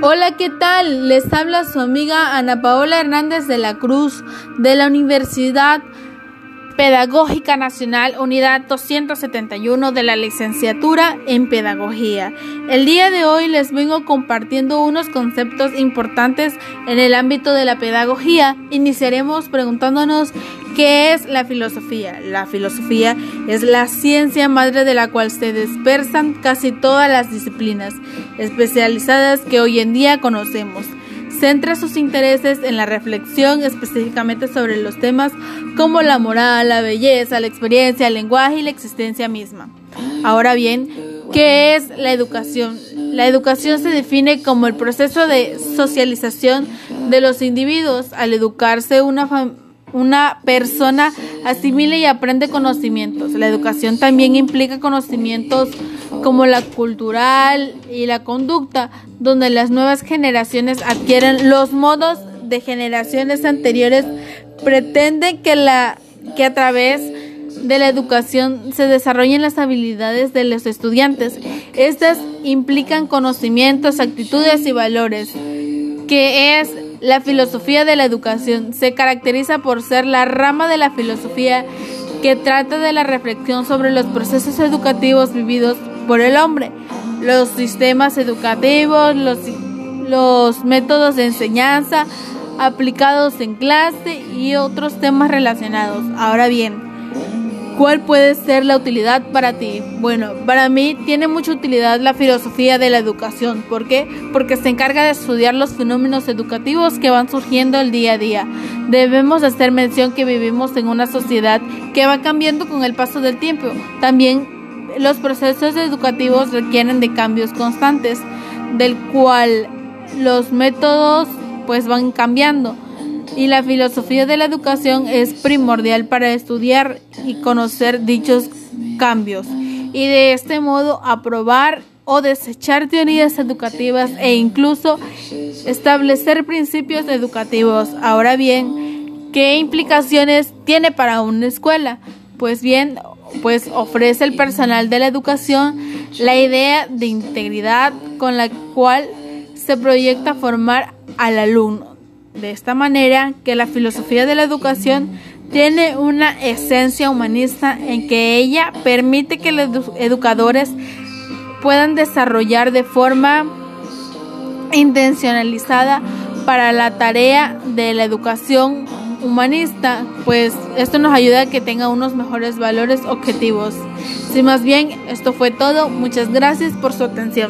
Hola, ¿qué tal? Les habla su amiga Ana Paola Hernández de la Cruz de la Universidad Pedagógica Nacional, Unidad 271 de la Licenciatura en Pedagogía. El día de hoy les vengo compartiendo unos conceptos importantes en el ámbito de la pedagogía. Iniciaremos preguntándonos ¿qué es la filosofía? La filosofía es la ciencia madre de la cual se dispersan casi todas las disciplinas especializadas que hoy en día conocemos. Centra sus intereses en la reflexión específicamente sobre los temas como la moral, la belleza, la experiencia, el lenguaje y la existencia misma. Ahora bien, ¿qué es la educación? La educación se define como el proceso de socialización de los individuos. Al educarse, una persona asimila y aprende conocimientos. La educación también implica conocimientos como la cultural y la conducta, donde las nuevas generaciones adquieren los modos de generaciones anteriores. Pretende que a través de la educación se desarrollen las habilidades de los estudiantes. Estas implican conocimientos, actitudes y valores. ¿Qué es la filosofía de la educación? Se caracteriza por ser la rama de la filosofía que trata de la reflexión sobre los procesos educativos vividos por el hombre, los sistemas educativos, los métodos de enseñanza aplicados en clase y otros temas relacionados. Ahora bien, ¿cuál puede ser la utilidad para ti? Bueno, para mí tiene mucha utilidad la filosofía de la educación. ¿Por qué? Porque se encarga de estudiar los fenómenos educativos que van surgiendo el día a día. Debemos hacer mención que vivimos en una sociedad que va cambiando con el paso del tiempo. También los procesos educativos requieren de cambios constantes, del cual los métodos van cambiando. Y la filosofía de la educación es primordial para estudiar y conocer dichos cambios y de este modo aprobar o desechar teorías educativas e incluso establecer principios educativos. Ahora bien, ¿qué implicaciones tiene para una escuela? Pues ofrece el personal de la educación la idea de integridad con la cual se proyecta formar al alumno. De esta manera que la filosofía de la educación tiene una esencia humanista en que ella permite que los educadores puedan desarrollar de forma intencionalizada para la tarea de la educación humanista, pues esto nos ayuda a que tenga unos mejores valores objetivos. Sin más bien, esto fue todo. Muchas gracias por su atención.